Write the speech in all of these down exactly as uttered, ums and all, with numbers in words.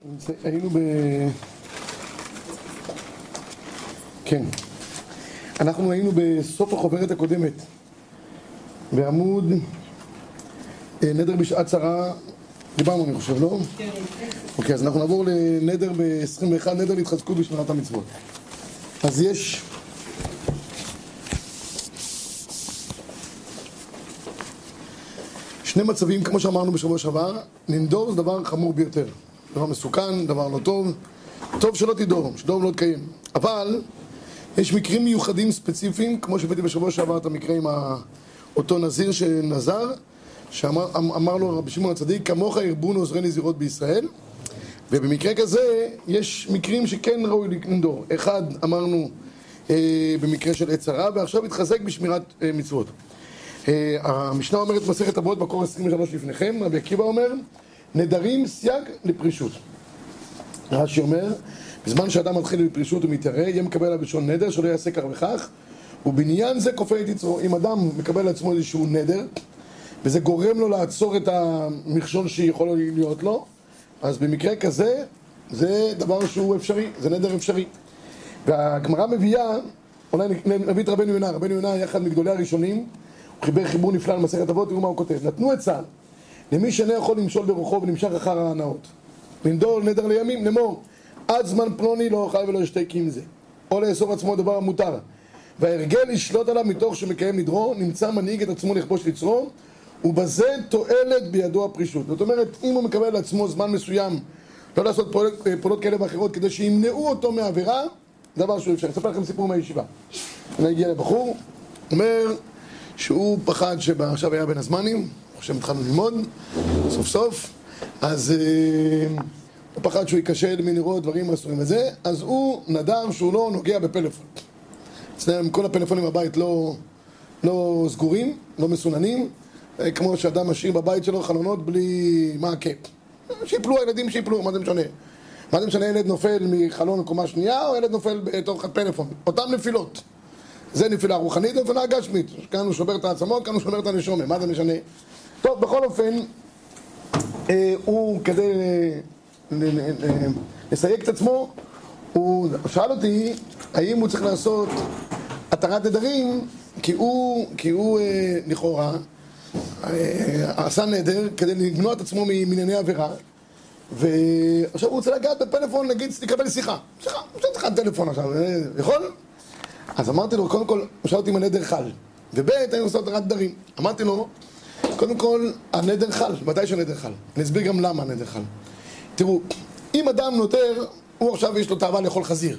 היינו ב... כן. אנחנו היינו בסוף החוברת הקודמת, בעמוד נדר בשעת צרה, דיברנו אני חושב, לא? כן. אוקיי, אז אנחנו נעבור לנדר ב-עשרים ואחת, נדר להתחזקות בשמירת המצוות. אז יש... שני מצבים, כמו שאמרנו בשבוע שעבר, לנדור זה דבר חמור ביותר. דבר מסוכן, דבר לא טוב. טוב שלא תדור, שדור לא תקיים. אבל יש מקרים מיוחדים ספציפיים, כמו שהבאתי בשבוע שעבר את המקרה עם אותו נזיר שנזר, שאמר אמר לו רבי שמעון הצדיק, כמוך ירבון עוזרי נזירות בישראל. ובמקרה כזה יש מקרים שכן ראוי לנדור. אחד אמרנו אה, במקרה של עת צרה, ועכשיו התחזק בשמירת אה, מצוות. אה, המשנה אומרת מסכת אבות בקור עשרים ושלוש לפניכם, רבי עקיבא אומר, נדרים סייג לפרישות. רש"י אומר, בזמן שאדם מתחיל בפרישות ומתיירא, יהיה מקבל על לשון נדר שלא יעשה כך וכך, ובעניין זה כופה את יצרו. אם אדם מקבל לעצמו איזשהו נדר, וזה גורם לו לעצור את המכשול שיכול להיות לו, אז במקרה כזה, זה דבר שהוא אפשרי, זה נדר אפשרי. והגמרא מביאה, אולי נביא את רבנו יונה, רבנו יונה היה אחד מגדולי הראשונים, הוא חיבר חיבור נפלא על מסכת אבות, תראו מה הוא כותב, נתנו עצה למי שאינו יכול למשול ברוחו ונמשך אחר ההנאות, לנדור נדר לימים, לאמור, עד זמן פלוני לא אוכל ולא אשתה כי אם זה, או לאסור עצמו דבר המותר, וההרגל לשלוט עליו מתוך שמקיים נדרו, נמצא מנהיג את עצמו לכבוש ליצרו, ובזה תועלת בידו הפרישות. זאת אומרת, אם הוא מקבל לעצמו זמן מסוים לא לעשות פעולות, פעולות כאלה ואחרות כדי שימנעו אותו מעבירה, דבר שהוא אפשר. אני אספר לכם סיפור מהישיבה. אני הגיע לבחור, אומר שהוא פחד שעכשיו היה בין הזמנים, עכשיו התחלנו ללמוד, סוף סוף, אז אה, הוא פחד שהוא ייכשל מנראות דברים מסורים וזה, אז הוא נדר שהוא לא נוגע בפלאפון. אצלם כל הפלאפונים בבית לא, לא סגורים, לא מסוננים, כמו שאדם משאיר בבית שלו חלונות בלי מעקה. שיפלו הילדים שיפלו, מה זה משנה? מה זה משנה ילד נופל מחלון קומה שנייה או ילד נופל בתוך הפלאפון? אותם נפילות. זה נפילה רוחנית ונפילה גשמית. כאן הוא שובר את העצמות, כאן הוא שובר את הנשומה. מה זה משנה? טוב, בכל אופן, אה, הוא כדי לסייג את עצמו, הוא שאל אותי האם הוא צריך לעשות התרת נדרים, כי הוא, כי הוא אה, לכאורה עשה נדר כדי לגנוע את עצמו מענייני עבירה, ועכשיו הוא רוצה לגעת בפלאפון, נגיד, תקבל שיחה. שיחה, הוא רוצה לך טלפון עכשיו, יכול? אז אמרתי לו, קודם כל, הוא שאל אותי אם הנדר חל, וב' אני עושה התרת נדרים. אמרתי לו, קודם כל, הנדר חל, ודאי שהנדר חל. אני אסביר גם למה הנדר חל. תראו, אם אדם נותר, הוא עכשיו יש לו תאווה לאכול חזיר.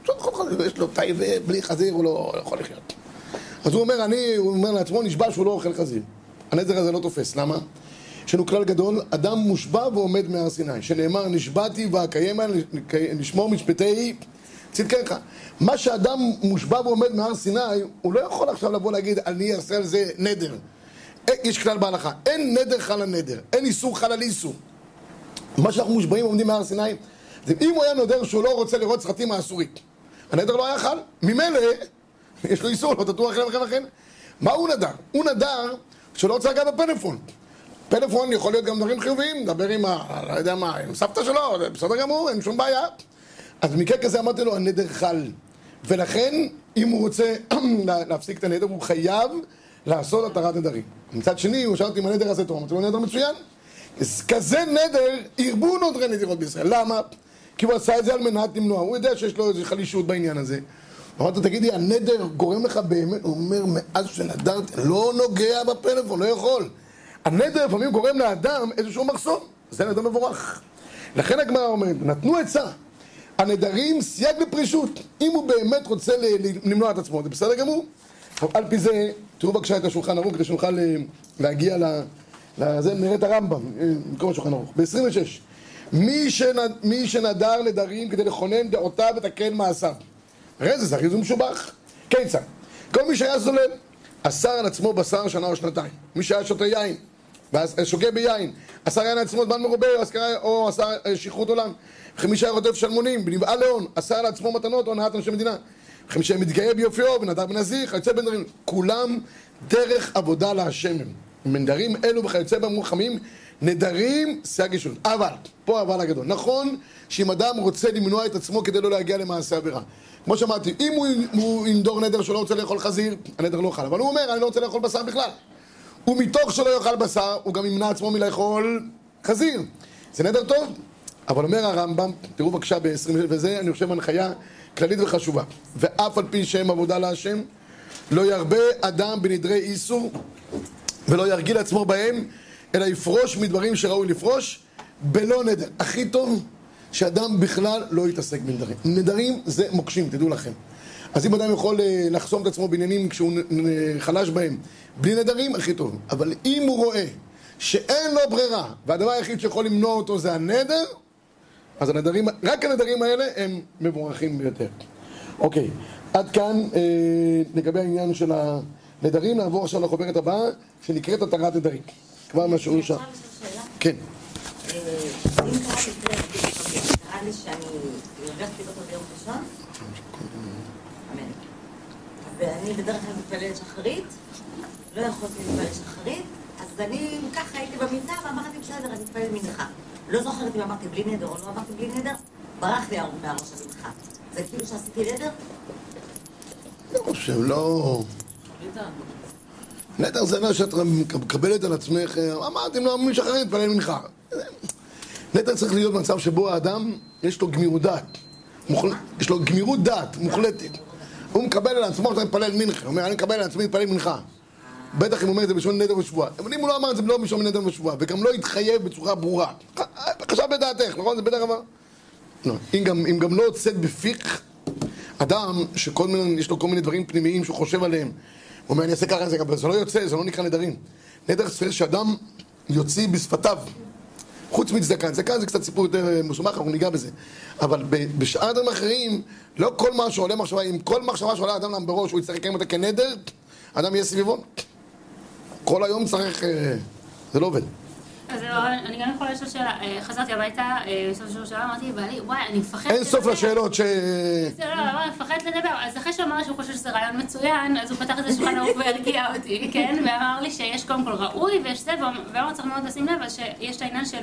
יש לו תאווה, בלי חזיר הוא לא יכול לחיות. אז הוא אומר, אני, הוא אומר לעצמו, נשבע שהוא לא אוכל חזיר. הנדר הזה לא תופס, למה? יש לנו כלל גדול, אדם מושבע ועומד מהר סיני, שנאמר, נשבעתי ואקיים לשמור משפטי צדקך. מה שאדם מושבע ועומד מהר סיני, הוא לא יכול עכשיו לבוא להגיד, אני אעשה על זה נדר. יש כלל בהלכה, אין נדר חל על נדר, אין איסור חל על איסור. מה שאנחנו מושבעים ועומדים מהר סיני, זה אם הוא היה נודר שהוא לא רוצה לראות סרטים האסורים, הנדר לא היה חל, ממילא יש לו איסור, לא תטור אחרי לכם לכם. מה הוא נדר? הוא נדר שלא רוצה לגעת בפלאפון. פלאפון יכול להיות גם דברים חיוביים, לדבר עם ה... לא יודע מה, עם סבתא שלו, זה בסדר גמור, אין שום בעיה. אז במקרה כזה אמרתי לו, הנדר חל. ולכן, אם הוא רוצה להפסיק את הנדר, הוא חייב לעשות התרת נדרים. מצד שני, הוא שאלתי אם הנדר הזה טוב, אמרתי לו, נדר מצוין. כזה נדר, ירבו נודרי נדירות בישראל. למה? כי הוא עשה את זה על מנת למנוע. הוא יודע שיש לו איזו חלישות בעניין הזה. אמרתי, תגידי, הנדר גורם לך באמת, הוא אומר, מאז שנדרתי, לא נוגע בפלאפון, לא יכול. הנדר לפעמים גורם לאדם איזשהו מחסום, זה נדר מבורך. לכן הגמרא אומרת, נתנו עצה, הנדרים סייג לפרישות, אם הוא באמת רוצה למנוע את עצמו, זה בסדר גמור. על פי זה, תראו בבקשה את השולחן ערוך, כדי שנוכל להגיע לזה, נראה את הרמב"ם, במקום השולחן ערוך, ב-עשרים ושש. מי, שנד, מי שנדר נדרים כדי לכונן דעותיו ותקן מעשיו. הרי זה זריז ומשובח. כיצד? כל מי שהיה זולל, אסר על עצמו בשר שנה או שנתיים. מי שהיה שותה יין, שוגה ביין, אסר יין על עצמו זמן מרובה, או אסר שכרות עולם. וכי מי שהיה רודף שלמונים, בנבעה להון, אסר על עצמו מתנות או הנעת אנשי מדינה. וכי מי שמתגאה ביופיו, ונדר בנזיר, חייצא בנדרים. כולם דרך עבודה להשם הם. מנדרים אלו וכיוצא בהם רוחמים, נדרים, סייג אישות. אבל, פה אבל הגדול. נכון שאם אדם רוצה למנוע את עצמו כדי לא להגיע למעשה עבירה. כמו שאמרתי, אם הוא, הוא ינדור נדר שלא רוצה לאכול חזיר, הנדר לא חל. אבל הוא אומר, אני לא רוצה לאכול בשר בכלל. ומתוך שלא יאכל בשר, הוא גם ימנע עצמו מלאכול חזיר. זה נדר טוב. אבל אומר הרמב"ם, תראו בבקשה ב-עשרים, וזה אני חושב הנחיה כללית וחשובה. ואף על פי שם עבודה להשם, לא ירבה אדם בנדרי איסור, ולא ירגיל עצמו בהם, אלא יפרוש מדברים שראוי לפרוש, בלא נדר. הכי טוב שאדם בכלל לא יתעסק בנדרים. נדרים זה מוקשים, תדעו לכם. אז אם אדם יכול לחסום את עצמו בעניינים כשהוא חלש בהם, בלי נדרים, הכי טוב. אבל אם הוא רואה שאין לו ברירה, והדבר היחיד שיכול למנוע אותו זה הנדר, אז הנדרים, רק הנדרים האלה הם מבורכים ביותר. אוקיי, עד כאן אה, לגבי העניין של הנדרים. נעבור עכשיו לחוברת הבאה שנקראת התרת נדרים. כבר משהו שם. כן. אם קראתי את קרא לי שאני הרגשתי אותו ביום ראשון, אמן. ואני בדרך כלל מתפללת שחרית, לא יכולתי להתפלל שחרית, אז אני ככה הייתי במיטה ואמרתי בסדר, אני מתפלל מנחה. לא זוכרת אם אמרתי בלי נדר או לא אמרתי בלי נדר, ברח לי מהראש המנחה. זה כאילו שעשיתי נדר? לא חושב, לא... נדר זה לא שאת מקבלת על עצמך, אמרתי, לא, מי שחרית מתפלל מנחה. נדר צריך להיות במצב שבו האדם יש לו גמירות דעת. יש לו גמירות דעת מוחלטת. הוא מקבל על עצמו שאתה מתפלל מנחה. הוא אומר, אני מקבל על עצמי להתפלל מנחה. בטח אם הוא אומר את זה בשביל נדר ושבועה. אבל אם הוא לא אמר את זה לא בשביל נדר ושבועה, וגם לא התחייב בצורה ברורה. חשב בדעתך, נכון? זה בטח אבל... לא. אם גם, אם גם לא הוצאת בפיק, אדם שכל מיני, יש לו כל מיני דברים פנימיים שהוא חושב עליהם. הוא אומר, אני אעשה ככה, זה, זה לא יוצא, זה לא נקרא נדרים. נדר צריך שאדם יוציא בשפתיו. חוץ מצדקה, צדקה זה קצת סיפור יותר מסומך, אנחנו ניגע בזה. אבל בשאר דברים אחרים, לא כל מה שעולה מחשבה, אם כל מחשבה שעולה אדם להם בראש, הוא יצטרך לקיים אותה כנדר, אדם יהיה סביבו. כל היום צריך... זה לא עובד. אז אני גם יכולה לשאול שאלה, חזרתי הביתה, בסוף של שאלה, אמרתי, בעלי, וואי, אני מפחדת לדבר. אין סוף לשאלות ש... זה לא, אבל אני מפחדת לדבר. אז אחרי שאמר שהוא חושב שזה רעיון מצוין, אז הוא פתח את זה שולחן ערוך והרגיע אותי, כן? ואמר לי שיש קודם כל ראוי ויש זה, ואמר צריך מאוד לשים לב, אז שיש את העניין של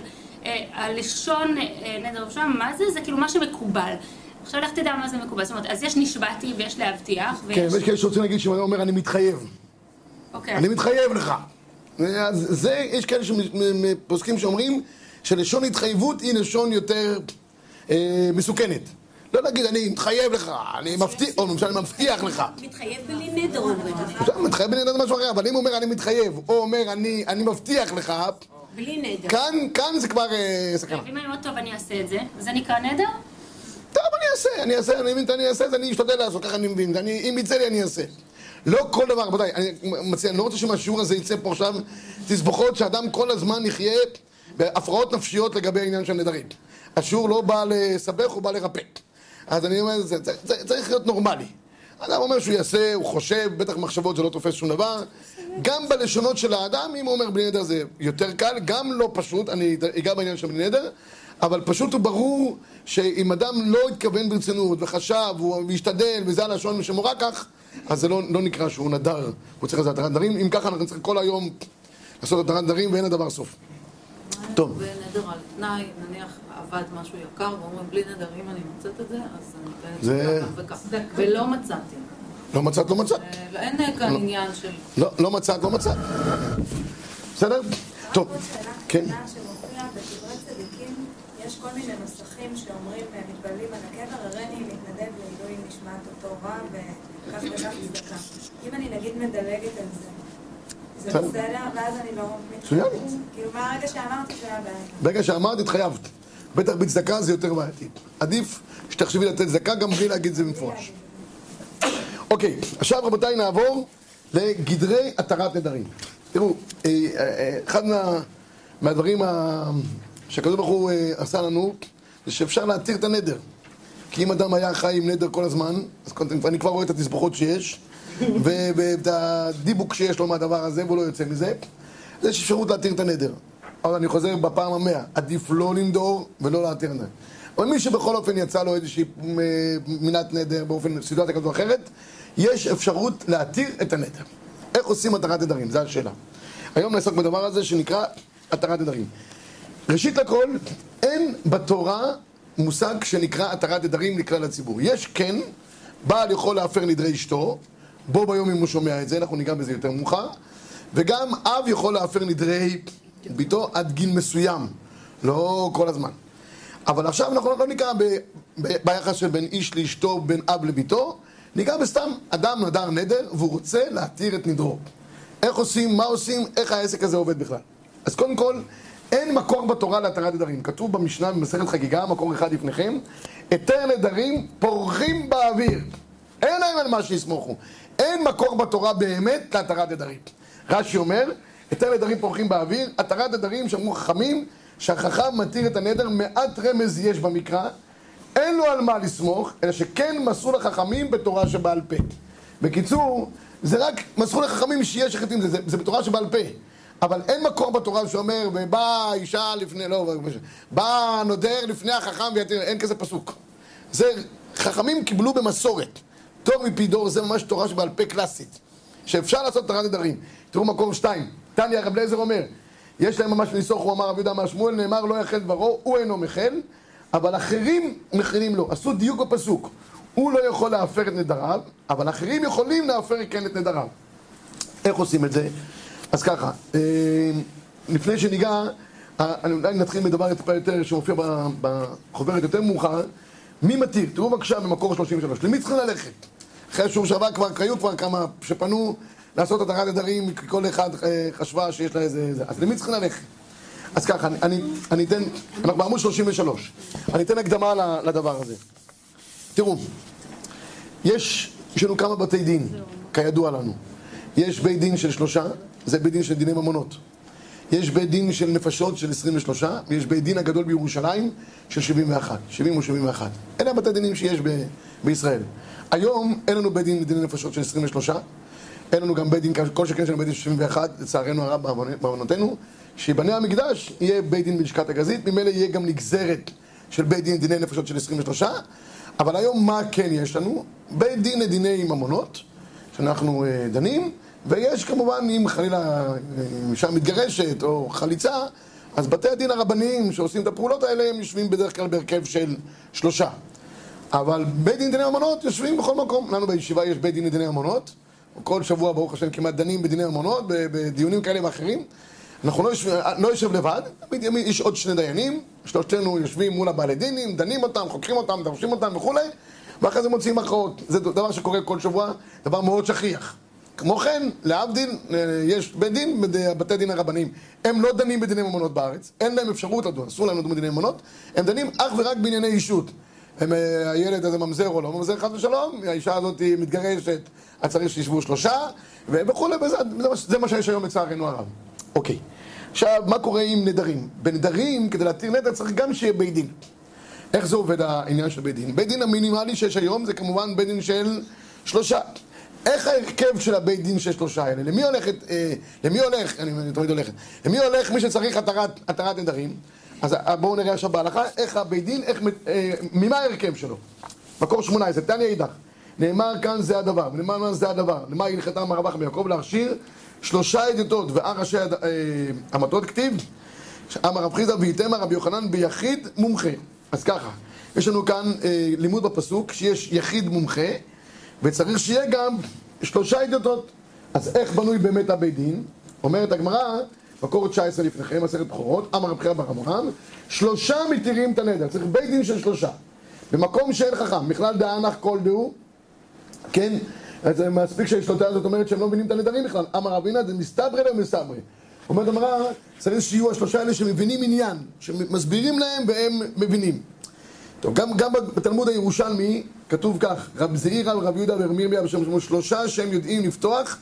הלשון נדר ושם, מה זה? זה כאילו מה שמקובל. עכשיו לך תדע מה זה מקובל. זאת אומרת, אז יש נשבעתי ויש להבטיח, ויש... כן, ויש כאלה שרוצים להגיד שהוא אומר, אני מתחייב. אוקיי. אני מתחייב לך. אז זה, יש כאלה שפוסקים שאומרים שלשון התחייבות היא לשון יותר אה, מסוכנת. לא להגיד, אני מתחייב לך, אני מבטיח, או למשל, אני מבטיח לך. מתחייב בלי נדר. מתחייב בלי נדר זה משהו אחר, אבל אם הוא אומר, אני מתחייב, או אומר, אני, אני מבטיח לך, בלי נדר. כאן, כאן זה כבר אה, סכנה. ואם אני אומר, טוב, אני אעשה את זה, זה נקרא נדר? טוב, אני אעשה, אני אעשה, אני מבין, אני אעשה, אני אשתדל לעשות, ככה אני מבין, אם יצא לי, אני אעשה. לא כל דבר, רבותיי, אני מציע, אני לא רוצה שמהשיעור הזה יצא פה עכשיו תסבוכות שאדם כל הזמן יחיה בהפרעות נפשיות לגבי העניין של נדרים. השיעור לא בא לסבך, הוא בא לרפא. אז אני אומר, זה, זה, זה צריך להיות נורמלי. אדם אומר שהוא יעשה, הוא חושב, בטח מחשבות זה לא תופס שום דבר. גם בלשונות של האדם, אם הוא אומר בלי נדר זה יותר קל, גם לא פשוט, אני אגע בעניין של בלי נדר, אבל פשוט הוא ברור שאם אדם לא התכוון ברצינות וחשב, הוא ישתדל וזה הלשון שמורה כך, אז זה לא, לא נקרא שהוא נדר, הוא צריך לעשות התרת נדרים. אם ככה אנחנו צריכים כל היום לעשות התרת נדרים ואין הדבר סוף. טוב. ונדר על תנאי, נניח עבד משהו יקר ואומרים בלי נדר, אם אני מוצאת את זה, אז אני זה... וכך וכך. ולא מצאתי. לא מצאת, לא מצאת. אין כאן עניין של... לא, לא מצאת, לא מצאת. בסדר? טוב. כן. שמופיע בדברי צדיקים, יש כל מיני נוסחים שאומרים, מתפללים על הקבר, הריני מתנדב לעילוי נשמת אותו רע וכך וכך צדקה. אם אני נגיד מדלגת על זה, זה בסדר, ואז אני לא מתחייבת. כאילו מהרגע שאמרתי זה היה בעיה. ברגע שאמרת התחייבת. בטח בצדקה זה יותר בעייתי. עדיף שתחשבי לתת צדקה גם בלי להגיד זה במפורש. אוקיי, עכשיו רבותיי נעבור לגדרי התרת נדרים. תראו, אחד מהדברים שהקדוש ברוך הוא עשה לנו זה שאפשר להתיר את הנדר. כי אם אדם היה חי עם נדר כל הזמן, אז אני כבר רואה את התסבוכות שיש ואת הדיבוק שיש לו מהדבר הזה והוא לא יוצא מזה, אז יש אפשרות להתיר את הנדר. אבל אני חוזר בפעם המאה, עדיף לא לנדור ולא להתיר נדר. אבל מי שבכל אופן יצא לו איזושהי מינת נדר באופן סיטואציה כזו או אחרת, יש אפשרות להתיר את הנדר. איך עושים התרת נדרים? זו השאלה. היום נעסוק בדבר הזה שנקרא התרת נדרים. ראשית לכל, אין בתורה מושג שנקרא התרת נדרים לכלל הציבור. יש כן, בעל יכול להפר נדרי אשתו, בו ביום אם הוא שומע את זה, אנחנו ניגע בזה יותר מאוחר, וגם אב יכול להפר נדרי ביתו עד גיל מסוים, לא כל הזמן. אבל עכשיו אנחנו לא ניגע ב, ב, ביחס של בין איש לאשתו, בין אב לביתו, ניגע בסתם אדם נדר נדר והוא רוצה להתיר את נדרו. איך עושים, מה עושים, איך העסק הזה עובד בכלל. אז קודם כל, אין מקור בתורה להתרת נדרים. כתוב במשנה במסכת חגיגה, מקור אחד לפניכם, היתר נדרים פורחים באוויר. אין להם על מה שיסמוכו. אין מקור בתורה באמת להתרת נדרים. רש"י אומר, היתר נדרים פורחים באוויר, התרת נדרים שאמרו חכמים, שהחכם מתיר את הנדר, מעט רמז יש במקרא, אין לו על מה לסמוך, אלא שכן מסרו לחכמים בתורה שבעל פה. בקיצור, זה רק מסרו לחכמים שיש החלטים, זה, זה, זה בתורה שבעל פה. אבל אין מקור בתורה שאומר, ובא אישה לפני, לא, בא נודר לפני החכם ויתיר, אין כזה פסוק. זה, חכמים קיבלו במסורת. תור מפי דור זה ממש תורה שבעל פה קלאסית. שאפשר לעשות התרת נדרים. תראו מקור שתיים. תניא רב אליעזר אומר, יש להם ממש ניסוח, הוא אמר רבי יהודה אמר שמואל, נאמר לא יחל דברו, הוא אינו מחל, אבל אחרים מכילים לו. עשו דיוק בפסוק. הוא לא יכול להפר את נדריו, אבל אחרים יכולים להפר כן את נדריו. איך עושים את זה? אז ככה, לפני שניגע, אולי נתחיל מדבר טיפה יותר שמופיע בחוברת יותר מאוחר, מי מתיר? תראו בבקשה במקור שלושים ושלוש, למי צריכים ללכת? אחרי שהוא שווה כבר, היו כבר כמה שפנו לעשות התרת נדרים, כל אחד חשבה שיש לה איזה... אז למי צריכים ללכת? אז ככה, אני, אני אתן, אנחנו בעמוד שלושים ושלוש, אני אתן הקדמה לדבר הזה. תראו, יש, יש לנו כמה בתי דין, כידוע לנו. יש בית דין של שלושה, זה בית דין של דיני ממונות. יש בית דין של נפשות של עשרים ושלוש, ויש בית דין הגדול בירושלים של שבעים ואחת, שבעים או שבעים ואחת. אלה הבתי דינים שיש ב, בישראל. היום אין לנו בית דין לדיני נפשות של עשרים ושלוש, אין לנו גם בית דין, כל שכן של בית דין של שבעים ואחת, לצערנו הרב בעוונותינו, שיבנה המקדש יהיה בית דין בלשכת הגזית, ממילא יהיה גם נגזרת של בית דין דיני נפשות של עשרים ושלוש, אבל היום מה כן יש לנו? בית דין לדיני ממונות, שאנחנו uh, דנים, ויש כמובן, אם חלילה אישה מתגרשת או חליצה, אז בתי הדין הרבניים שעושים את הפעולות האלה, הם יושבים בדרך כלל בהרכב של שלושה. אבל בית דין דיני ממונות יושבים בכל מקום. לנו בישיבה יש בית דין לדיני ממונות, כל שבוע ברוך השם כמעט דנים בדיני ממונות, בדיונים כאלה ואחרים. אנחנו לא יושב, לא יושב לבד, יש עוד שני דיינים, שלושתנו יושבים מול הבעלי דינים, דנים אותם, חוקרים אותם, דרשים אותם וכו', ואחרי זה מוציאים הכרעות. זה דבר שקורה כל שבוע, דבר מאוד שכיח. כמו כן, להבדיל, יש בית דין בבתי דין הרבניים. הם לא דנים בדיני ממונות בארץ, אין להם אפשרות לדון, אסור להם לדון בדיני ממונות, הם דנים אך ורק בענייני אישות. הם, הילד הזה ממזר או לא ממזר, חס ושלום, האישה הזאת מתגרשת, אז צריך שישבו שלושה, וכו', זה, זה מה שיש היום לצערנו הרב. אוקיי. עכשיו, מה קורה עם נדרים? בנדרים, כדי להתיר נדר, צריך גם שיהיה בית דין. איך זה עובד העניין של בית דין? בית דין המינימלי שיש היום זה כמובן בית דין של שלושה. איך ההרכב של הבית דין של שלושה האלה? למי הולכת, אה, למי הולך, אני, אני תמיד הולכת, למי הולך מי שצריך התרת, התרת נדרים? אז בואו נראה עכשיו בהלכה, איך הבית דין, איך, אה, ממה ההרכב שלו? מקור שמונה עשרה, תניא אידך. נאמר כאן זה הדבר, ונאמר כאן זה הדבר. למה הלכתם הרב אחא ביעקב להכשיר שלושה עדותות ואר ראשי אה, המטות כתיב, אמר רב חיסדא ואיתמר רבי יוחנן ביחיד מומחה. אז ככה, יש לנו כאן אה, לימוד בפסוק שיש יחיד מומחה, וצריך שיהיה גם שלושה עדותות. אז איך בנוי באמת הבית דין? אומרת הגמרא, מקור תשע עשרה לפניכם, מסכת בכורות, אמר רב חייא בר אברהם, שלושה מתירים את הנדר, צריך בית דין של שלושה. במקום שאין חכם, בכלל דאנך כל דהו, כן? אז מספיק שהשלוטה הזאת אומרת שהם לא מבינים את הנדרים בכלל. אמר רבינה, זה מסתברי להם מסתברי. אומרת הגמרא, צריך שיהיו השלושה האלה שמבינים עניין, שמסבירים להם והם מבינים. טוב, גם, גם בתלמוד הירושלמי כתוב כך, רב זעירא ורב יהודה ורב ירמיה בשם שמות שלושה שהם יודעים לפתוח,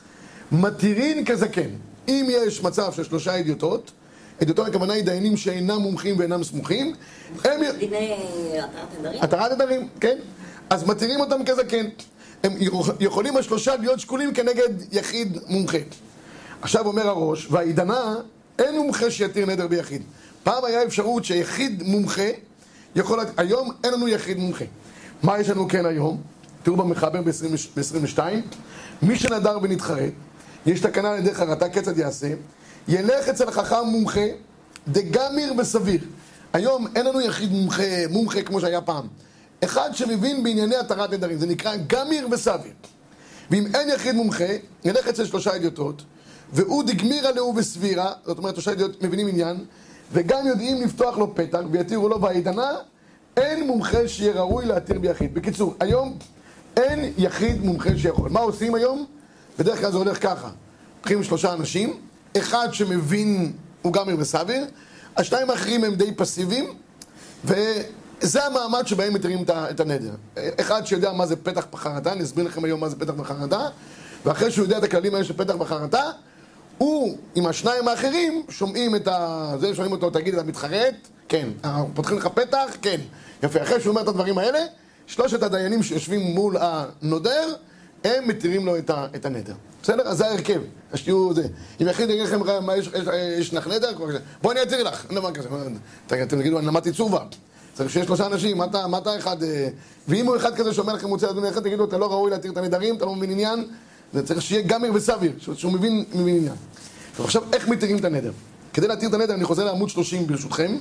מתירין כזקן. אם יש מצב של שלושה עדותות, עדותות הכוונה היא דיינים שאינם מומחים ואינם סמוכים, הם... דיני התרת נדרים? התרת נדרים, כן. אז מתירים אותם כזקן. הם יכולים השלושה להיות שקולים כנגד יחיד מומחה. עכשיו אומר הראש, והעידנה, אין מומחה שיתיר נדר ביחיד. פעם היה אפשרות שיחיד מומחה יכול... היום אין לנו יחיד מומחה. מה יש לנו כן היום? תראו במחבר ב-עשרים ושתיים, מי שנדר ונתחרט, יש תקנה על ידי חרטה, כיצד יעשה? ילך אצל חכם מומחה, דגמיר וסביר. היום אין לנו יחיד מומחה, מומחה כמו שהיה פעם. אחד שמבין בענייני התרת נדרים, זה נקרא גמיר וסביר. ואם אין יחיד מומחה, נלך אצל שלושה אדיוטות, והוא דגמירה לו וסבירה, זאת אומרת שלושה אדיוטות מבינים עניין, וגם יודעים לפתוח לו פתח ויתירו לו בעידנה, אין מומחה שיהיה ראוי להתיר ביחיד. בקיצור, היום אין יחיד מומחה שיכול. מה עושים היום? בדרך כלל זה הולך ככה. לוקחים שלושה אנשים, אחד שמבין הוא גמיר וסביר, השניים האחרים הם די פסיביים, וזה המעמד שבהם מתירים את הנדר. אחד שיודע מה זה פתח בחרטה, אני אסביר לכם היום מה זה פתח בחרטה, ואחרי שהוא יודע את הכללים האלה של פתח בחרטה, הוא עם השניים האחרים שומעים את ה... זה, שומעים אותו, תגיד, אתה מתחרט? כן. פותחים לך פתח? כן. יפה, אחרי שהוא אומר את הדברים האלה, שלושת הדיינים שיושבים מול הנודר, הם מתירים לו את הנדר. בסדר? אז זה ההרכב. השתיעו זה. אם יחיד יגיד לכם, מה, יש, יש, יש לך נדר? בואי אני אתיר לך. אין דבר כזה. אתם תגידו, אני למדתי צורבה. צריך שיש שלושה אנשים, מה אתה, מה אתה אחד... ואם הוא אחד כזה שאומר לכם, מוצא לדון אחד, תגידו, אתה לא ראוי להתיר את הנדרים, אתה לא מבין עניין. זה צריך שיהיה גמיר וסביר, שהוא מבין, מבין עניין. ועכשיו, איך מתירים את הנדר? כדי להתיר את הנדר, אני חוזר לעמוד שלושים ברשותכם.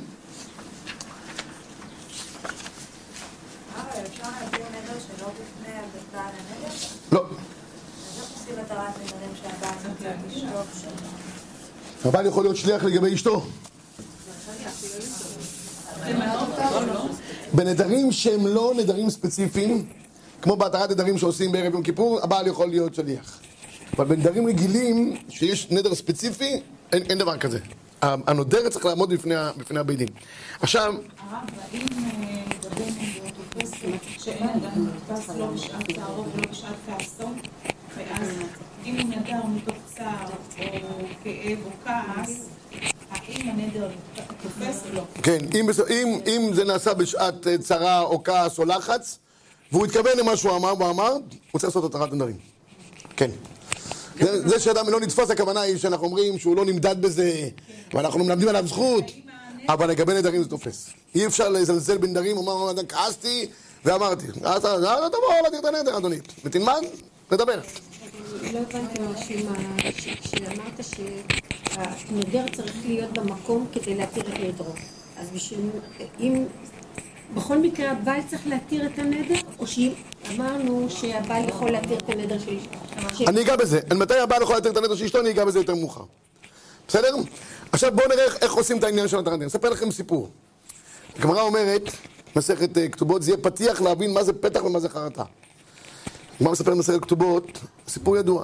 לא. הבעל יכול להיות שליח לגבי אשתו. בנדרים שהם לא נדרים ספציפיים, כמו בהתרת נדרים שעושים בערב יום כיפור, הבעל יכול להיות שליח. אבל בנדרים רגילים, שיש נדר ספציפי, אין, אין דבר כזה. הנודר צריך לעמוד בפני, בפני הבית דין. עכשיו... הרב, האם לגבי נדרות תופס שאין אדם נתפס לא בשעת צערו ולא בשעת כעסו, ואז אם הוא נדר מתוך צער או כאב או כעס, האם הנדר תופס או לא? כן, אם, אם, אם זה נעשה בשעת צרה או כעס או לחץ, והוא התכוון למה שהוא אמר, הוא אמר, הוא צריך לעשות התרת נדרים. כן. זה, זה שאדם לא נתפס, הכוונה היא שאנחנו אומרים שהוא לא נמדד בזה, ואנחנו מלמדים עליו זכות, אבל לגבי נדרים זה תופס. אי אפשר לזלזל בנדרים, הוא אומר, אדם, כעסתי ואמרתי, אז אתה תבוא להתיר את הנדר, אדוני, ותלמד, נדבר. לא הבנתי משהו שאמרת שהנדר צריך להיות במקום כדי להתיר את נדרו. אז בשביל, אם... בכל מקרה הבעל צריך להתיר את הנדר, או שאמרנו שהבעל יכול להתיר את הנדר של אשתו? אני אגע בזה. מתי הבעל יכול להתיר את הנדר של אשתו, אני אגע בזה יותר מאוחר. בסדר? עכשיו בואו נראה איך עושים את העניין של התרת נדר. אספר לכם סיפור. הגמרא אומרת, מסכת כתובות, זה יהיה פתיח להבין מה זה פתח ומה זה חרטה. הגמרא מספר מסכת כתובות, סיפור ידוע,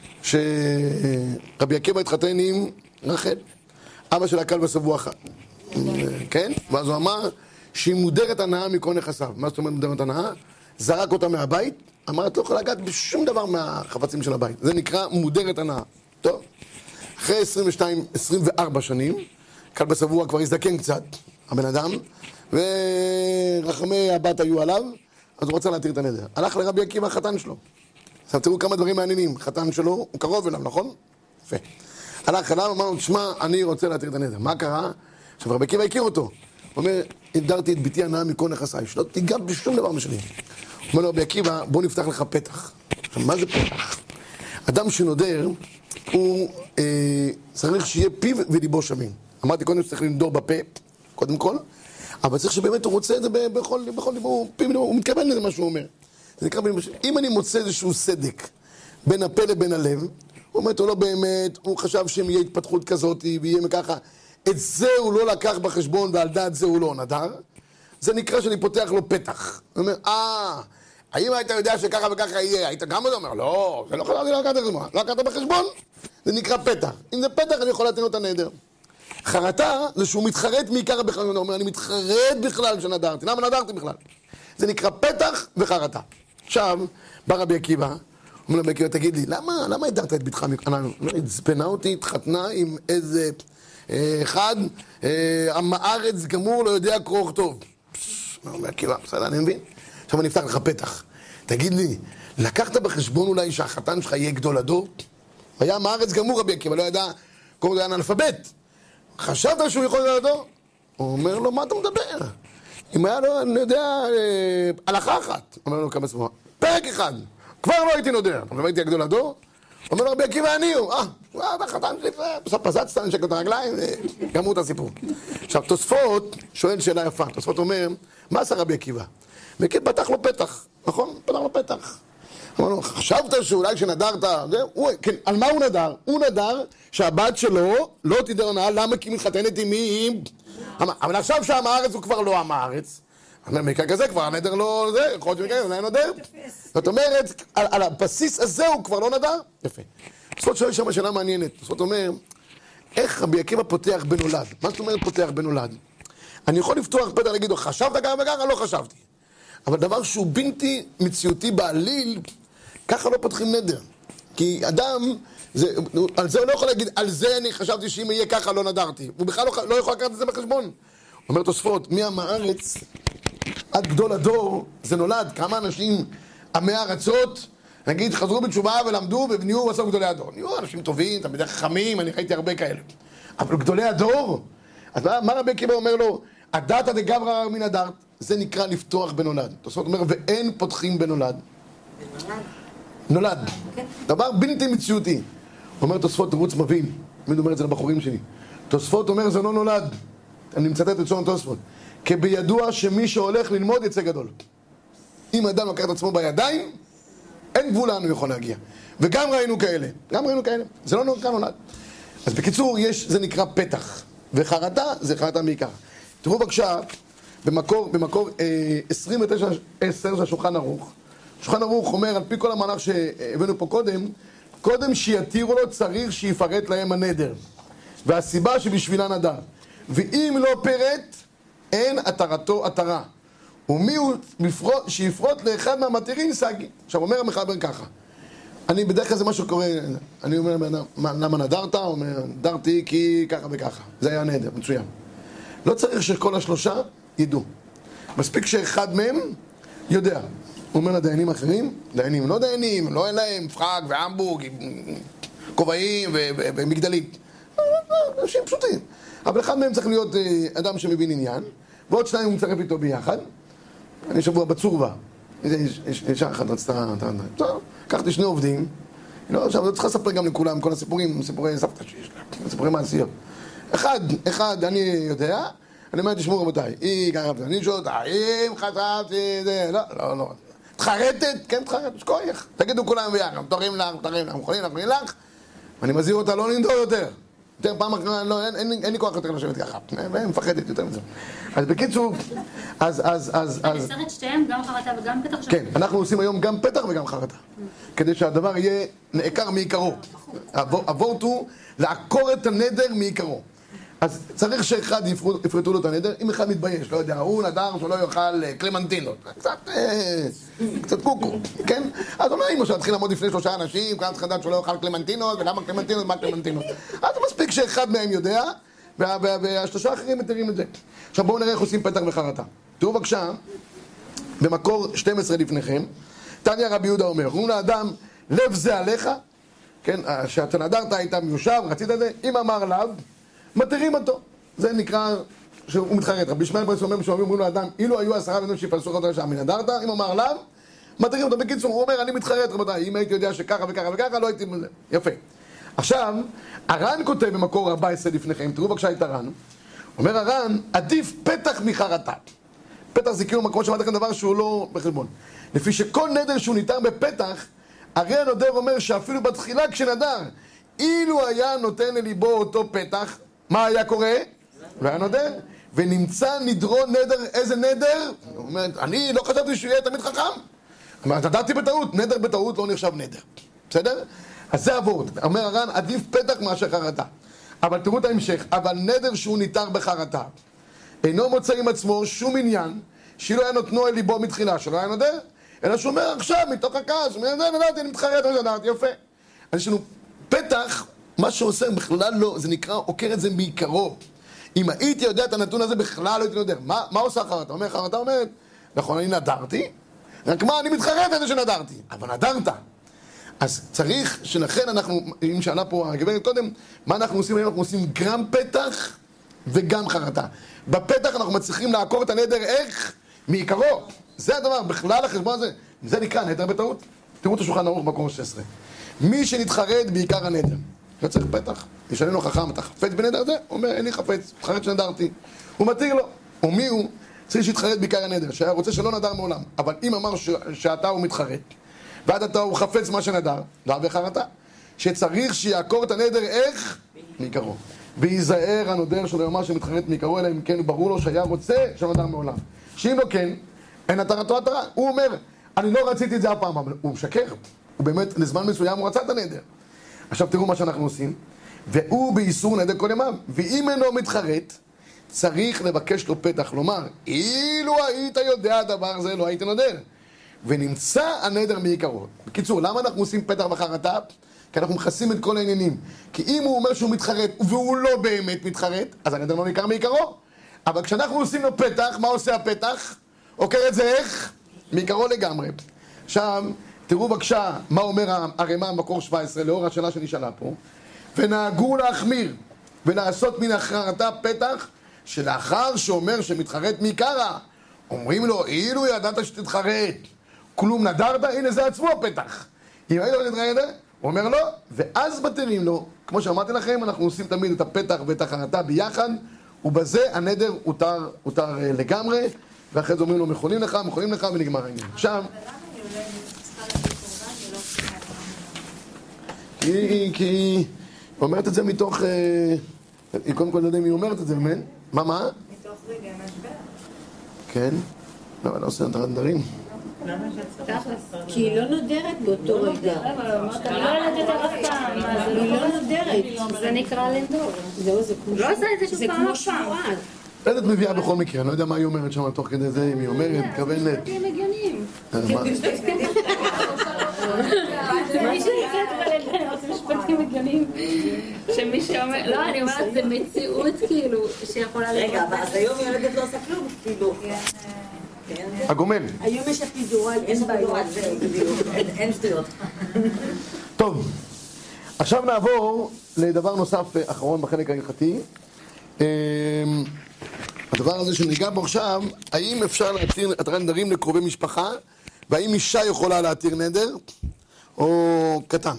שרבי עקיבא התחתן עם רחל, אבא שלה קל ושבוע אחד. כן? ואז הוא אמר, שהיא מודרת הנאה מכל נכסיו. מה זאת אומרת מודרת הנאה? זרק אותה מהבית, אמר, את לא יכולה לגעת בשום דבר מהחפצים של הבית. זה נקרא מודרת הנאה. טוב. אחרי עשרים ושתיים עשרים וארבע שנים, קל בשבוע כבר הזדקן קצת, הבן אדם, ורחמי הבת היו עליו, אז הוא רצה להתיר את הנדר. הלך לרבי עקיבא החתן שלו. עכשיו תראו כמה דברים מעניינים. חתן שלו, הוא קרוב אליו, נכון? יפה. הלך אליו, אמר לו, תשמע, אני רוצה להתיר את הנדר. מה קרה? עכשיו רבי עקיבא הכיר אותו. הוא אומר, הדרתי את ביתי הנאה מכל נכסיי, שלא תיגע בשום דבר משלי. הוא אומר לו, רבי עקיבא, בוא נפתח לך פתח. עכשיו, מה זה פתח? אדם שנודר, הוא אה, צריך שיהיה פיו וליבו שווים. אמרתי קודם שצריך לנדור בפה, קודם כל, אבל צריך שבאמת הוא רוצה את זה בכל, בכל ליבו, פיו וליבו, הוא מתכוון לזה מה שהוא אומר. זה נקרא, אם אני מוצא איזשהו סדק בין הפה לבין הלב, הוא אומר, הוא לא באמת, הוא חשב שאם יהיה התפתחות כזאת, ויהיה ככה, את זה הוא לא לקח בחשבון, ועל דעת זה הוא לא נדר. זה נקרא שאני פותח לו פתח. הוא אומר, אה, האם היית יודע שככה וככה יהיה? היית גם אומר, לא, זה לא חזרתי, לא לקחת בחשבון. לא לקחת בחשבון, זה נקרא פתח. אם זה פתח, אני יכול להתיר את הנדר. חרטה זה שהוא מתחרט מעיקר בכלל. הוא אומר, אני מתחרט בכלל שנדרתי. למה נדרתי בכלל? זה נקרא פתח וחרטה. עכשיו, בא רבי עקיבא, אומר רבי עקיבא, תגיד לי, למה, למה הדרת את ביתך מכאן? הצפנה אותי, התחתנה עם איזה... אחד, עם הארץ גמור, לא יודע קרוא וכתוב. מה אומר עקיבא? בסדר, אני מבין. עכשיו אני אפתח לך פתח. תגיד לי, לקחת בחשבון אולי שהחתן שלך יהיה גדול הדור? היה עם הארץ גמור רבי עקיבא, לא ידע, קוראים לו אנאלפבית. חשבת שהוא יכול גדול הדור? הוא אומר לו, מה אתה מדבר? אם היה לו, אני יודע, הלכה אחת. אומר לו כמה סבורה. פרק אחד. כבר לא הייתי נודר. אתה לא הייתי הגדול הדור? אומר לו רבי עקיבא אני הוא, אה, וואו, החתן שלי, בסוף פזצת, נשק לו את הרגליים, גמרו את הסיפור. עכשיו, תוספות שואל שאלה יפה, תוספות אומר, מה עשה רבי עקיבא? וכן פתח לו פתח, נכון? פתח לו פתח. אמר לו, חשבת שאולי כשנדרת, זה, הוא, כן, על מה הוא נדר? הוא נדר שהבת שלו לא תדר הנאה, למה? כי מתחתנת עם מי? אבל עכשיו שעם הארץ הוא כבר לא עם הארץ. במקרה כזה כבר הנדר לא זה, יכול להיות שמקרה, אולי נדר. זאת אומרת, על, על הבסיס הזה הוא כבר לא נדר? יפה. תוספות שואל שם שאלה מעניינת. תוספות אומר, איך רבי עקיבא פותח בנולד? מה זאת אומרת פותח בנולד? אני יכול לפתוח פתח להגיד לו, חשבת ככה וככה? לא חשבתי. אבל דבר שהוא בלתי מציאותי בעליל, ככה לא פותחים נדר. כי אדם, זה, על זה הוא לא יכול להגיד, על זה אני חשבתי שאם יהיה ככה לא נדרתי. הוא בכלל לא, לא יכול לקחת את זה בחשבון. אומר תוספות, מעם הארץ עד גדול הדור, זה נולד. כמה אנשים עמי ארצות, נגיד, חזרו בתשובה ולמדו ונהיו בסוף גדולי הדור. נהיו אנשים טובים, תלמידי חכמים, אני ראיתי הרבה כאלה. אבל גדולי הדור, אז מה, מה רבי עקיבא אומר לו? הדתא דגברא מן הדרת, זה נקרא לפתוח בנולד. תוספות אומר, ואין פותחים בנולד. נולד. דבר בלתי מציאותי. אומר תוספות תירוץ מבין, מי אומר את זה לבחורים שלי. תוספות אומר זה לא נולד. אני מצטט את שון תוספות. כי בידוע שמי שהולך ללמוד יצא גדול. אם אדם לקח את עצמו בידיים, אין גבול לאן הוא יכול להגיע. וגם ראינו כאלה. גם ראינו כאלה. זה לא נקרא נולד. אז בקיצור, יש, זה נקרא פתח. וחרטה זה חרטה מעיקר. תראו בבקשה, במקור, במקור אה, עשרים ותשע עשר של שולחן ערוך. שולחן ערוך אומר, על פי כל המהלך שהבאנו פה קודם, קודם שיתירו לו צריך שיפרט להם הנדר. והסיבה שבשבילה נדר. ואם לא פרט, אין התרתו התרה. ומי הוא בפרוט, שיפרוט לאחד מהמתירים סגי. עכשיו אומר המחבר ככה. אני בדרך כלל זה משהו קורה, אני אומר, למה נדרת? הוא אומר, נדרתי כי ככה וככה. זה היה נדר, מצוין. לא צריך שכל השלושה ידעו. מספיק שאחד מהם יודע. הוא אומר לדיינים אחרים, דיינים לא דיינים, לא אין להם פחק והמבורג, כובעים ומגדלים. אנשים פשוטים. אבל אחד מהם צריך להיות אדם שמבין עניין, ועוד שניים הוא מצרף איתו ביחד. אני שבוע בצורבה. אישה אחת רצתה, טוב, לקחתי שני עובדים. עכשיו, אני צריך לספר גם לכולם, כל הסיפורים, סיפורי סבתא שיש לה, סיפורי מעשיות. אחד, אחד, אני יודע, אני אומר, תשמעו רבותיי, היא ככה, אני שואל אותה, אם חשבתי, זה, לא, לא, לא. תחרטת? כן, תחרטת, שכוייך. תגידו כולם ביחד, תורים לך, תורים לך, מוכנים לך, מוכנים לך. אני מזהיר אותה, לא ננדור יותר. יותר פעם אחת, לא, אין, אין, אין לי כוח יותר לשבת ככה. אני מפחדת יותר מזה. אז בקיצור, אז, אז, אז, אני אז... צריך את שתיהם, גם חרטה וגם פתח שם? כן, אנחנו עושים היום גם פתח וגם חרטה. כדי שהדבר יהיה נעקר מעיקרו. הוורט הוא לעקור את הנדר מעיקרו. אז צריך שאחד יפרטו לו את הנדר, אם אחד מתבייש, לא יודע, הוא נדר שהוא לא יאכל קלמנטינות. קצת, קצת קוקו, כן? אז אומר, אם הוא התחיל לעמוד לפני שלושה אנשים, כולם צריכים לדעת שהוא לא יאכל קלמנטינות, ולמה קלמנטינות, מה קלמנטינות. אז מספיק שאחד מהם יודע, והשלושה האחרים מתארים את זה. עכשיו בואו נראה איך עושים פתח וחרטה. תראו בבקשה, במקור שתים עשרה לפניכם, תניא רבי יהודה אומר, אומרים לאדם, לב זה עליך, כן, שאתה נדרת היית מיושב, רצית את זה, אם אמר לאו, מתירים אותו. זה נקרא שהוא מתחרט. רבי ישמעאל ברסלב אומר, שאומרים לאדם, אילו היו עשרה בנים שיפלסו לך אותו לשם מנדרת, אם אמר לאו, מתירים אותו. בקיצור, הוא אומר, אני מתחרט, רבותיי, אם הייתי יודע שככה וככה וככה, לא הייתי מזה. יפה. עכשיו, הר"ן כותב במקור ארבע עשרה לפניכם, תראו בבקשה את הר"ן. אומר הר"ן, עדיף פתח מחרטה. פתח זה כאילו, כמו שאמרתי לכם, דבר שהוא לא בחשבון. לפי שכל נדר שהוא ניתן בפתח, הרי הנודר אומר שאפילו בתחילה כשנדר, אילו היה נותן לליבו אותו פתח, מה היה קורה? לא היה נודר. ונמצא נדרו נדר, איזה נדר? הוא אומר, אני לא חשבתי שהוא יהיה תמיד חכם. נדרתי בטעות, נדר בטעות לא נחשב נדר. בסדר? אז זה עבוד. אומר הר"ן, עדיף פתח מאשר חרטה. אבל תראו את ההמשך, אבל נדר שהוא ניתר בחרטה, אינו מוצא עם עצמו שום עניין, שלא היה נותנו אל ליבו מתחילה, שלא היה נודר, אלא שהוא אומר עכשיו, מתוך הכעס, הוא אומר, נדרתי, אני מתחרט, אני נדרתי, יפה. אז יש לנו פתח, מה שעושה בכלל לא, זה נקרא, עוקר את זה מעיקרו. אם הייתי יודע את הנתון הזה, בכלל לא הייתי יודע. מה, מה עושה חרטה? אומר, חרטה אומרת, נכון, אני נדרתי, רק מה, אני מתחרט על זה שנדרתי, אבל נדרת. אז צריך שלכן אנחנו, אם שאלה פה הגברת קודם, מה אנחנו עושים היום? אנחנו עושים גם פתח וגם חרטה. בפתח אנחנו מצליחים לעקור את הנדר, איך? מעיקרו. זה הדבר, בכלל החשבון הזה, זה נקרא נדר בטעות. תראו את השולחן ערוך במקור שש עשרה. מי שנתחרט בעיקר הנדר. לא צריך פתח, ישנה לו חכם, אתה חפץ בנדר הזה? הוא אומר, אין לי חפץ, חרט שנדרתי. הוא מתיר לו. ומי הוא? צריך שיתחרט בעיקר הנדר, שהיה רוצה שלא נדר מעולם. אבל אם אמר ש... שאתה הוא מתחרט, ועד אתה הוא חפץ מה שנדר, דבר וחרטה. שצריך שיעקור את הנדר איך? מעיקרו. וייזהר הנודר שלא יאמר שמתחרט מעיקרו, אלא אם כן ברור לו שהיה רוצה שלא נדר מעולם. שאם לא כן, אין התרתו התרה. הוא אומר, אני לא רציתי את זה אף פעם, אבל הוא משקר. הוא באמת, לזמן מסוים הוא רצה את הנדר. עכשיו תראו מה שאנחנו עושים. והוא באיסור נדר כל ימיו. ואם אינו מתחרט, צריך לבקש לו פתח, לומר, אילו היית יודע דבר זה, לא היית נודר. ונמצא הנדר מעיקרו. בקיצור, למה אנחנו עושים פתח וחרטה? כי אנחנו מכסים את כל העניינים. כי אם הוא אומר שהוא מתחרט, והוא לא באמת מתחרט, אז הנדר לא ניכר מעיקרו. אבל כשאנחנו עושים לו פתח, מה עושה הפתח? עוקר את זה איך? מעיקרו לגמרי. עכשיו, תראו בבקשה מה אומר הרמ"א מקור שבע עשרה, לאור השאלה שנשאלה פה. ונהגו להחמיר, ולעשות מן החרטה פתח, שלאחר שאומר שמתחרט מעיקרה, אומרים לו, אילו ידעת שתתחרט, כלום נדרת, הנה זה עצמו הפתח. אם היית לא תתחרט, הוא אומר לו, ואז מתירים לו. כמו שאמרתי לכם, אנחנו עושים תמיד את הפתח ואת החרטה ביחד, ובזה הנדר הותר, הותר לגמרי, ואחרי זה אומרים לו, מכונים לך, מכונים לך, ונגמר העניין. עכשיו, כי, כי היא אומרת את זה מתוך, היא קודם כל לא יודע אם היא אומרת את זה, באמת? מה, מה? מתוך רגעי משבר. כן? לא, אבל לא עושה את הנדרים. כי היא לא נודרת באותו רגע. אמרת, אני לא יודעת יותר אף פעם. היא לא נודרת. זה נקרא לנדור. זהו, זה כמו לא עושה את זה שוב פעם אף פעם. לא יודעת מביאה בכל מקרה, אני לא יודע מה היא אומרת שם תוך כדי זה, אם היא אומרת, מתכוונת. משפטים הגיוניים. מה? מי שנקראת בלגן רוצה משפטים הגיוניים. שמי שאומר, לא, אני אומרת, זה מציאות כאילו, שיכולה להיות. רגע, אבל אז היום ילדת לא עושה כלום, כאילו. הגומל. היום יש אפידורל, יש אין בעיה. בדורת זה, בדיוק, אין שטויות. טוב, עכשיו נעבור לדבר נוסף אחרון בחלק ההלכתי. הדבר הזה שניגע בו עכשיו, האם אפשר להתיר התרת נדרים לקרובי משפחה, והאם אישה יכולה להתיר נדר, או קטן.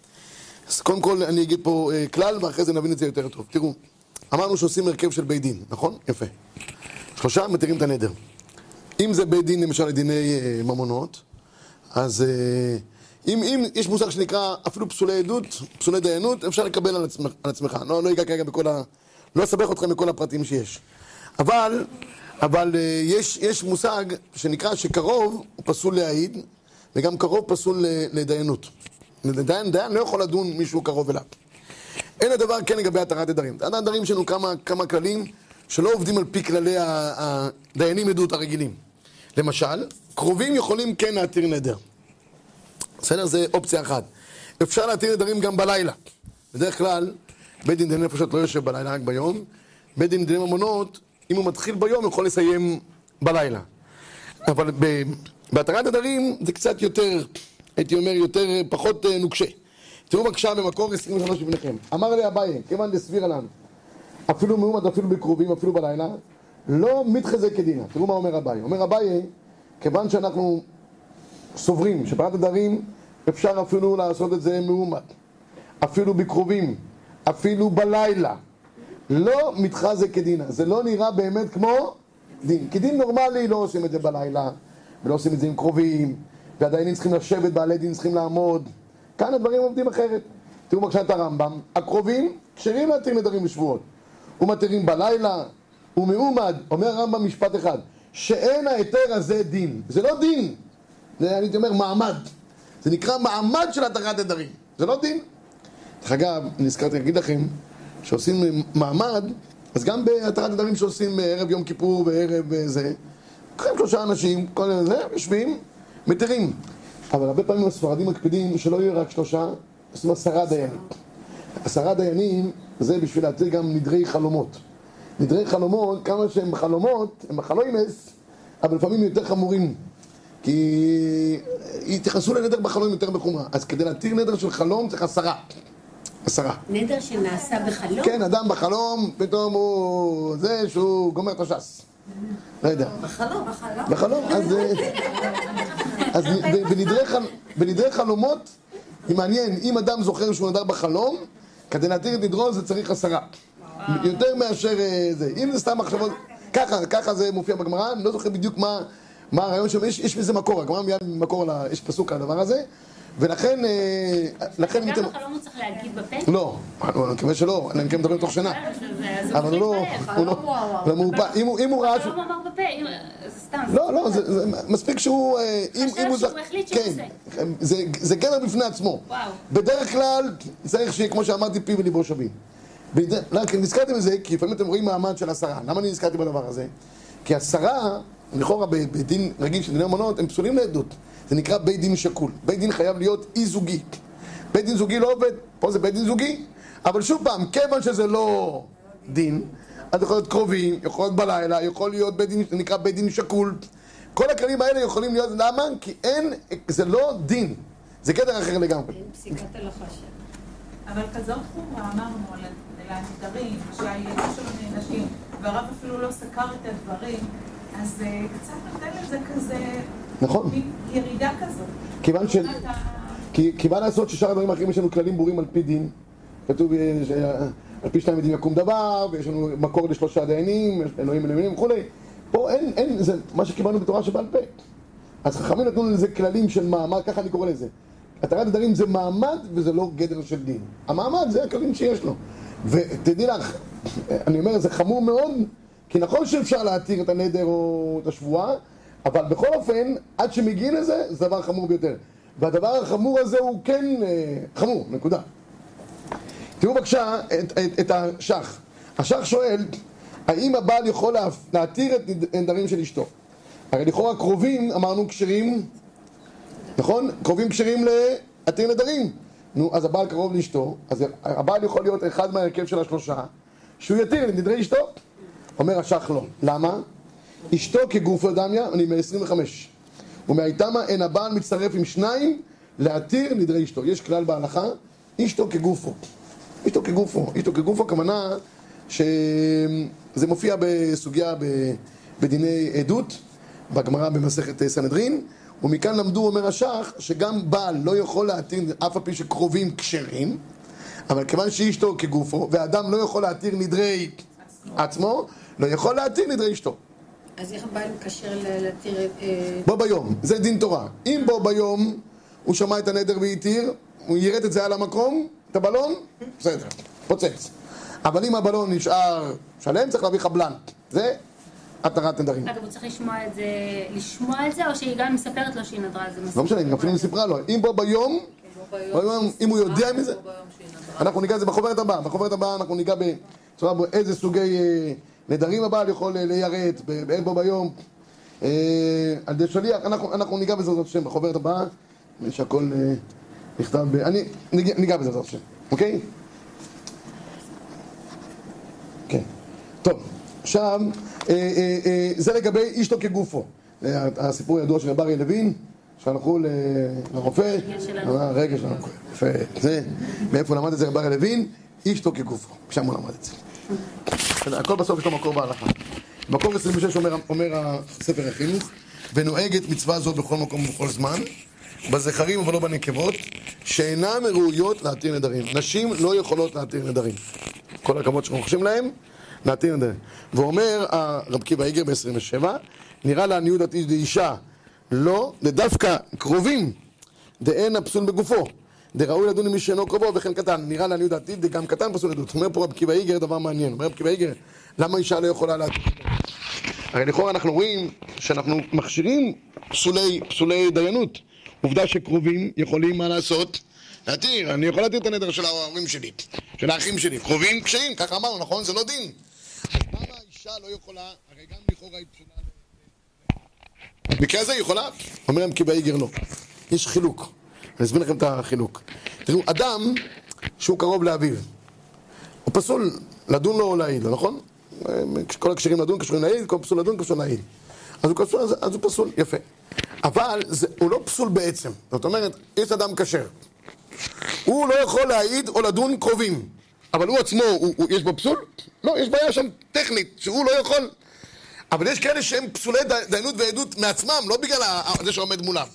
אז קודם כל אני אגיד פה כלל, ואחרי זה נבין את זה יותר טוב. תראו, אמרנו שעושים הרכב של בית דין, נכון? יפה. שלושה מתירים את הנדר. אם זה בית דין, למשל, לדיני ממונות, אז אם, אם יש מושג שנקרא אפילו פסולי עדות, פסולי דיינות, אפשר לקבל על עצמך. על עצמך. לא, לא ייגע כרגע בכל ה... לא אסבך אתכם בכל הפרטים שיש. אבל, אבל יש, יש מושג שנקרא שקרוב הוא פסול להעיד, וגם קרוב פסול לדיינות. דיין, דיין לא יכול לדון מישהו קרוב אליו. אין הדבר כן לגבי התרת נדרים. התרת נדרים יש לנו כמה, כמה כללים שלא עובדים על פי כללי הדיינים עדות הרגילים. למשל, קרובים יכולים כן להתיר נדר. בסדר? זה אופציה אחת. אפשר להתיר נדרים גם בלילה. בדרך כלל, בית דין דיני נפשות לא יושב בלילה, רק ביום. בית דין דיני ממונות, אם הוא מתחיל ביום, הוא יכול לסיים בלילה. אבל בהתרת נדרים זה קצת יותר, הייתי אומר, יותר, פחות נוקשה. תראו בבקשה במקור עשרים ושלוש בפניכם. אמר לי אביי, כיוון דסביר עלינו, אפילו מאומד, אפילו בקרובים, אפילו בלילה, לא מתחזק כדינה. תראו מה אומר אביי. אומר אביי, כיוון שאנחנו סוברים שבהתרת נדרים אפשר אפילו לעשות את זה מאומד, אפילו בקרובים, אפילו בלילה, לא מתחזק כדינה. זה לא נראה באמת כמו דין. כדין נורמלי לא עושים את זה בלילה, ולא עושים את זה עם קרובים, והדיינים צריכים לשבת, בעלי דין צריכים לעמוד. כאן הדברים עובדים אחרת. תראו בבקשה את הרמב"ם, הקרובים כשרים להתיר נדרים בשבועות. ומתירים בלילה, ומאומד, אומר הרמב"ם משפט אחד, שאין ההיתר הזה דין. זה לא דין, זה אני אומר מעמד. זה נקרא מעמד של התרת נדרים. זה לא דין. דרך אגב, נזכרתי להגיד לכם, שעושים מעמד, אז גם בהתרת נדרים שעושים ערב יום כיפור וערב זה, קוראים שלושה אנשים, כל זה, יושבים, מתירים. אבל הרבה פעמים הספרדים מקפידים שלא יהיו רק שלושה, עושים עשרה דיינים. עשרה דיינים זה בשביל להתיר גם נדרי חלומות. נדרי חלומות, כמה שהם חלומות, הם חלומס, אבל לפעמים יותר חמורים. כי יתייחסו לנדר בחלום יותר בחומרה. אז כדי להתיר נדר של חלום צריך עשרה. עשרה. נדר שנעשה בחלום? כן, אדם בחלום, פתאום הוא... זה שהוא גומר את הש"ס. לא יודע. בחלום. בחלום, אז... אז בנדרי חלומות אם מעניין, אם אדם זוכר שהוא נדר בחלום, כדי להתיר את נדרו זה צריך עשרה. יותר מאשר זה. אם זה סתם מחשבות, ככה, ככה זה מופיע בגמרא, אני לא זוכר בדיוק מה, מה הרעיון שם, יש, יש בזה מקור, הגמרא מיד מקור, יש פסוק על הדבר הזה, ולכן, לכן... גם בחלום הוא צריך להגיד בפה? לא, אני מקווה שלא, אני מקווה מדברים תוך שינה. אבל הוא לא, אם הוא ראה... החלום אמר בפה, זה סתם. לא, לא, זה מספיק שהוא... חשב שהוא החליט שהוא עושה. זה גדר בפני עצמו. בדרך כלל צריך שיהיה, כמו שאמרתי, פי וליבו שווים. נזכרתי בזה, כי לפעמים אתם רואים מעמד של עשרה. למה אני נזכרתי בדבר הזה? כי עשרה, לכאורה בדין רגיל של דיני ממונות, הם פסולים לעדות. זה נקרא בית דין שקול. בית דין חייב להיות אי זוגי. בית דין זוגי לא עובד, פה זה בית דין זוגי, אבל שוב פעם, כיוון שזה לא דין, אז יכול להיות קרובים, יכול להיות בלילה, יכול להיות בית דין, זה נקרא בית דין שקול. כל הכללים האלה יכולים להיות, למה? כי אין, זה לא דין, זה גדר אחר לגמרי. פסיקת הלכה שם. אבל כזאת חומרה אמרנו על הנדרים, שהילדים שלו נענשים, והרב אפילו לא סקר את הדברים, אז קצת נותן לזה כזה... נכון. ירידה כזאת. כיוון ש... כי, כי מה לעשות ששאר הדברים האחרים יש לנו כללים ברורים על פי דין. כתוב על פי שניים דין יקום דבר, ויש לנו מקור לשלושה דיינים, אלוהים אלוהים וכו'. פה אין, אין, זה מה שקיבלנו בתורה שבעל פה. אז חכמים נתנו לזה כללים של מעמד, ככה אני קורא לזה. התרת נדרים זה מעמד וזה לא גדר של דין. המעמד זה הכללים שיש לו. ותדעי לך, אני אומר, זה חמור מאוד, כי נכון שאפשר להתיר את הנדר או את השבועה, אבל בכל אופן, עד שמגיעים לזה, זה דבר חמור ביותר. והדבר החמור הזה הוא כן חמור, נקודה. תראו בבקשה את, את, את השח. השח שואל, האם הבעל יכול להתיר את נדרים של אשתו? הרי לכאורה קרובים, אמרנו כשרים, נכון? קרובים כשרים להתיר נדרים. נו, אז הבעל קרוב לאשתו, אז הבעל יכול להיות אחד מהרכב של השלושה, שהוא יתיר את נדרי אשתו. אומר השח לא. למה? אשתו כגופו דמיה, אני מ-עשרים וחמש. ומהאיתמה אין הבעל מצטרף עם שניים להתיר נדרי אשתו. יש כלל בהלכה, אשתו כגופו. אשתו כגופו. אשתו כגופו, כמנה שזה מופיע בסוגיה בדיני עדות, בגמרא במסכת סנהדרין, ומכאן למדו, אומר השח, שגם בעל לא יכול להתיר, אף על פי שקרובים כשרים, אבל כיוון שאשתו כגופו, והאדם לא יכול להתיר נדרי עצמו, לא יכול להתיר נדרי אשתו. אז איך הבעל מקשר להתיר... בו ביום, זה דין תורה. אם בו ביום הוא שמע את הנדר והתיר, הוא ירד את זה על המקום, את הבלון, בסדר, פוצץ. אבל אם הבלון נשאר שלם, צריך להביא חבלן. זה התרת נדרים. אגב, הוא צריך לשמוע את זה, לשמוע את זה, או שהיא גם מספרת לו שהיא נדרה, זה מספר? לא משנה, גם אפילו סיפרה לו. אם בו ביום, אם הוא יודע מזה, אנחנו ניגע את זה בחוברת הבאה. בחוברת הבאה אנחנו ניגע בצורה איזה סוגי נדרים הבעל יכול ליירט, באין בו ביום, על ידי שליח. אנחנו ניגע בזה זאת השם בחוברת הבאה, שהכל נכתב ב... אני ניגע בזה זאת השם, אוקיי? כן. טוב, עכשיו, זה לגבי אשתו כגופו. הסיפור הידוע של רב אריה לוין, שהלכו לרופא, רגע שלנו, יפה, זה, מאיפה למד את זה רב אריה לוין? אשתו כגופו, שם הוא למד את זה. הכל בסוף יש לו מקור בהלכה. מקור עשרים ושש אומר, אומר הספר החינוך, ונוהגת מצווה זאת בכל מקום ובכל זמן, בזכרים אבל לא בנקבות, שאינם ראויות להתיר נדרים. נשים לא יכולות להתיר נדרים. כל הכבוד שאנחנו חושבים להם, להתיר נדרים. ואומר הרב עקיבא איגר ב-עשרים ושבע, נראה לעניות דעתי דאישה, לא, דווקא קרובים, דאין הפסול בגופו. דראוי לדון עם מי שאינו קרובו וכן קטן. נראה לעניות דעתי גם קטן פסול לדון. אומר פה רב עקיבא איגר דבר מעניין. אומר רב עקיבא איגר, למה אישה לא יכולה להתיר? הרי לכאורה אנחנו רואים שאנחנו מכשירים פסולי, פסולי דיינות. עובדה שקרובים יכולים מה לעשות? להתיר. אני יכול להתיר את הנדר של ההורים שלי, של האחים שלי. קרובים קשיים, ככה אמרנו, נכון? זה לא דין. אז למה האישה לא יכולה, הרי גם לכאורה היא פסולה. במקרה הזה היא יכולה? אומר רב עקיבא איגר לא. יש חילוק. אני אסביר לכם את החילוק. תראו, אדם שהוא קרוב לאביו, הוא פסול לדון לו או להעיד, נכון? כל הקשרים לדון קשורים להעיד, כל פסול לדון קשור להעיד. אז הוא, קשור, אז, אז הוא פסול, יפה. אבל זה, הוא לא פסול בעצם. זאת אומרת, יש אדם כשר. הוא לא יכול להעיד או לדון קרובים. אבל הוא עצמו, הוא, הוא, יש בו פסול? לא, יש בעיה שם טכנית, שהוא לא יכול. אבל יש כאלה שהם פסולי דיינות ועדות מעצמם, לא בגלל זה שעומד מולם.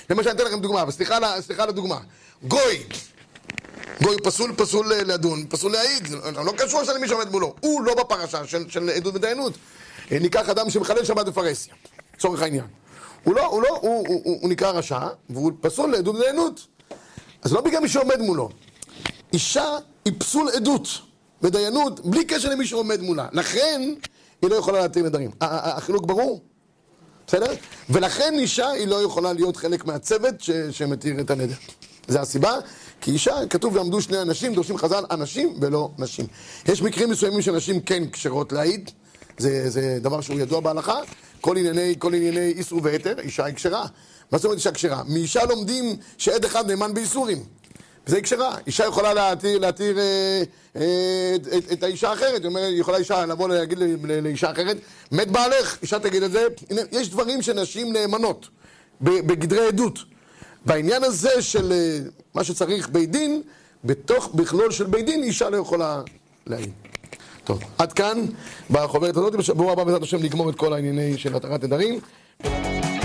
למשל, אני אתן לכם דוגמה, וסליחה סליחה לדוגמה. גוי. גוי פסול, פסול לדון, פסול להעיד. לא קשור של מי שעומד מולו. הוא לא בפרשה של, של עדות ודיינות. ניקח אדם שמחלל שבת בפרהסיה, צורך העניין. הוא לא, הוא לא, הוא, הוא, הוא, הוא נקרא רשע, והוא פסול לעדות ודיינות. אז לא בגלל מי שעומד מולו. אישה היא פסול עדות ודיינות, בלי קשר למי שעומד מולה. לכן, היא לא יכולה להתיר נדרים. החילוק ברור? בסדר? ולכן אישה היא לא יכולה להיות חלק מהצוות ש- שמתיר את הנדר. זה הסיבה, כי אישה, כתוב ועמדו שני אנשים, דורשים חז"ל, אנשים ולא נשים. יש מקרים מסוימים שנשים כן כשרות להעיד, זה, זה דבר שהוא ידוע בהלכה, כל ענייני, כל ענייני איסור והיתר, אישה היא כשרה. מה זאת אומרת אישה כשרה? מאישה לומדים שעד אחד נאמן באיסורים. וזה היא כשרה. אישה יכולה להתיר, להתיר אה, אה, את, את, את האישה האחרת. היא אומרת, יכולה אישה לבוא להגיד לאישה אחרת, מת בעלך, אישה תגיד את זה. הנה, יש דברים שנשים נאמנות, בגדרי עדות. בעניין הזה של מה שצריך בית דין, בתוך בכלול של בית דין, אישה לא יכולה להעיד. טוב, עד כאן, בחוברת הזאת, בשבוע הבא בעזרת השם נגמור את כל הענייני של התרת נדרים.